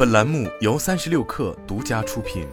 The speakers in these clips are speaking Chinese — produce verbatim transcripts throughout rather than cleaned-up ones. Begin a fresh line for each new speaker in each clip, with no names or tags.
本栏目由三十六氪独家出品。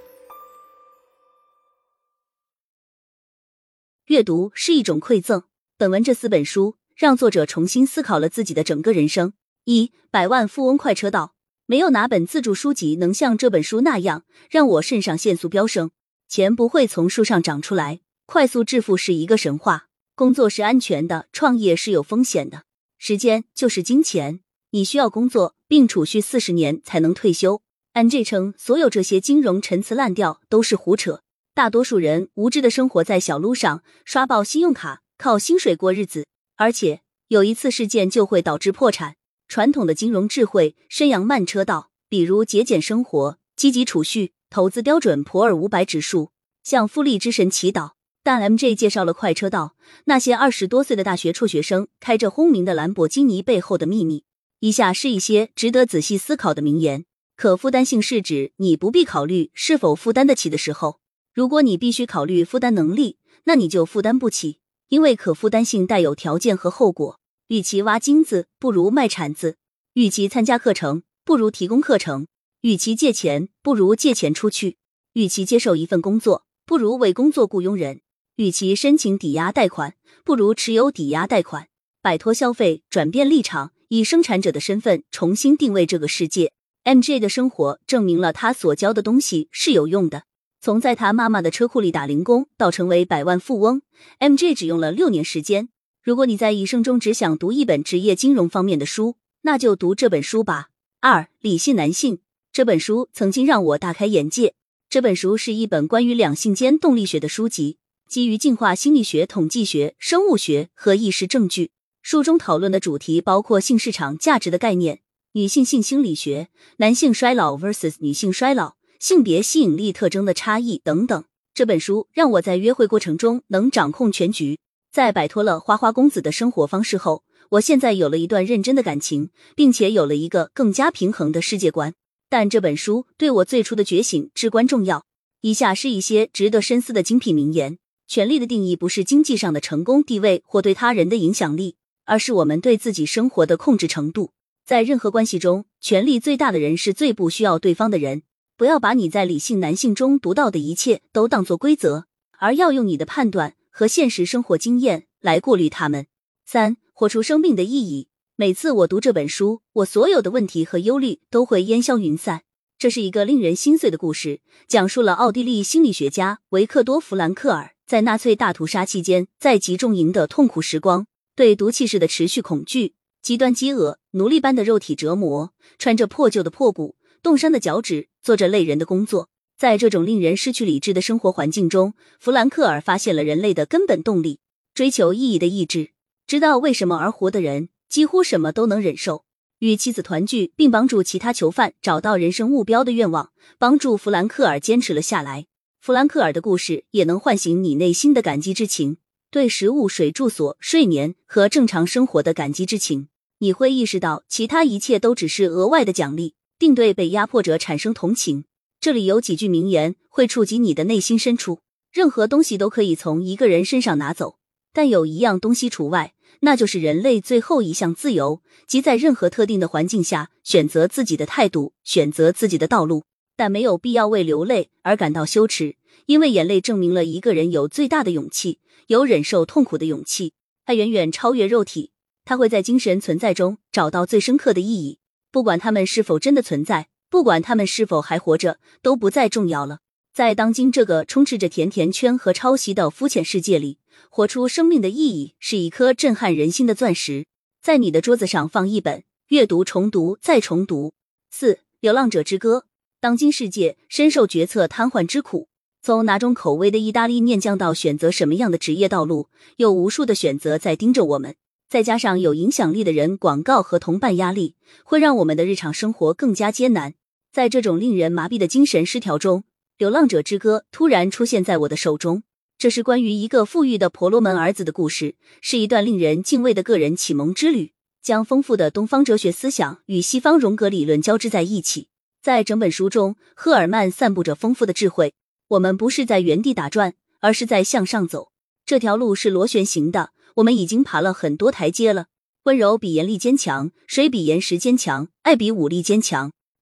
阅读是一种馈赠。本文这四本书让作者重新思考了自己的整个人生。一、百万富翁快车道。没有哪本自助书籍能像这本书那样让我肾上腺素飙升。钱不会从树上长出来，快速致富是一个神话。工作是安全的，创业是有风险的。时间就是金钱，你需要工作并储蓄四十年才能退休。M J 称所有这些金融陈词滥调都是胡扯。大多数人无知的生活在小路上，刷爆信用卡，靠薪水过日子，而且有一次事件就会导致破产。传统的金融智慧宣扬慢车道，比如节俭生活、积极储蓄、投资标准普尔五百指数，向复利之神祈祷。但 M J 介绍了快车道，那些二十多岁的大学辍学生开着轰鸣的兰博基尼背后的秘密。以下是一些值得仔细思考的名言。可负担性是指你不必考虑是否负担得起的时候。如果你必须考虑负担能力，那你就负担不起，因为可负担性带有条件和后果。与其挖金子，不如卖铲子；与其参加课程，不如提供课程；与其借钱，不如借钱出去；与其接受一份工作，不如为工作雇佣人；与其申请抵押贷款，不如持有抵押贷款。摆脱消费，转变立场，以生产者的身份重新定位这个世界。M J 的生活证明了他所教的东西是有用的。从在他妈妈的车库里打零工到成为百万富翁， M J 只用了六年时间。如果你在一生中只想读一本职业金融方面的书，那就读这本书吧。二、理性男性。这本书曾经让我大开眼界。这本书是一本关于两性间动力学的书籍，基于进化心理学、统计学、生物学和意识证据。书中讨论的主题包括性市场价值的概念、女性性心理学、男性衰老 versus 女性衰老、性别吸引力特征的差异等等。这本书让我在约会过程中能掌控全局。在摆脱了花花公子的生活方式后，我现在有了一段认真的感情，并且有了一个更加平衡的世界观。但这本书对我最初的觉醒至关重要。以下是一些值得深思的精辟名言。权力的定义不是经济上的成功、地位或对他人的影响力，而是我们对自己生活的控制程度。在任何关系中，权力最大的人是最不需要对方的人。不要把你在理性男性中读到的一切都当作规则，而要用你的判断和现实生活经验来过滤它们。三、活出生命的意义。每次我读这本书，我所有的问题和忧虑都会烟消云散。这是一个令人心碎的故事，讲述了奥地利心理学家维克多·弗兰克尔在纳粹大屠杀期间在集中营的痛苦时光，对毒气室的持续恐惧、极端饥饿、奴隶般的肉体折磨，穿着破旧的破布，冻伤的脚趾，做着累人的工作。在这种令人失去理智的生活环境中，弗兰克尔发现了人类的根本动力，追求意义的意志。知道为什么而活的人，几乎什么都能忍受。与妻子团聚并帮助其他囚犯找到人生目标的愿望，帮助弗兰克尔坚持了下来。弗兰克尔的故事也能唤醒你内心的感激之情，对食物、水、住所、睡眠和正常生活的感激之情。你会意识到其他一切都只是额外的奖励，并对被压迫者产生同情。这里有几句名言会触及你的内心深处。任何东西都可以从一个人身上拿走，但有一样东西除外，那就是人类最后一项自由，即在任何特定的环境下选择自己的态度，选择自己的道路。但没有必要为流泪而感到羞耻，因为眼泪证明了一个人有最大的勇气，有忍受痛苦的勇气。它远远超越肉体，它会在精神存在中找到最深刻的意义。不管他们是否真的存在，不管他们是否还活着，都不再重要了。在当今这个充斥着甜甜圈和抄袭的肤浅世界里，活出生命的意义是一颗震撼人心的钻石。在你的桌子上放一本，阅读、重读、再重读。四、流浪者之歌。当今世界深受决策瘫痪之苦，从哪种口味的意大利面酱到选择什么样的职业道路，有无数的选择在盯着我们。再加上有影响力的人、广告和同伴压力，会让我们的日常生活更加艰难。在这种令人麻痹的精神失调中，流浪者之歌突然出现在我的手中。这是关于一个富裕的婆罗门儿子的故事，是一段令人敬畏的个人启蒙之旅，将丰富的东方哲学思想与西方荣格理论交织在一起。在整本书中，赫尔曼散布着丰富的智慧。我们不是在原地打转，而是在向上走。这条路是螺旋形的，我们已经爬了很多台阶了。温柔比严厉坚强，水比岩石坚强，爱比武力坚强。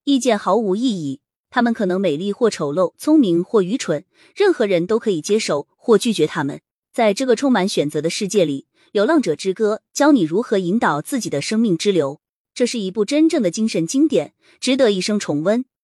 意见毫无意义。他们可能美丽或丑陋，聪明或愚蠢，任何人都可以接受或拒绝他们。在这个充满选择的世界里，《流浪者之歌》教你如何引导自己的生命之流。这是一部真正的精神经典，值得一生重温。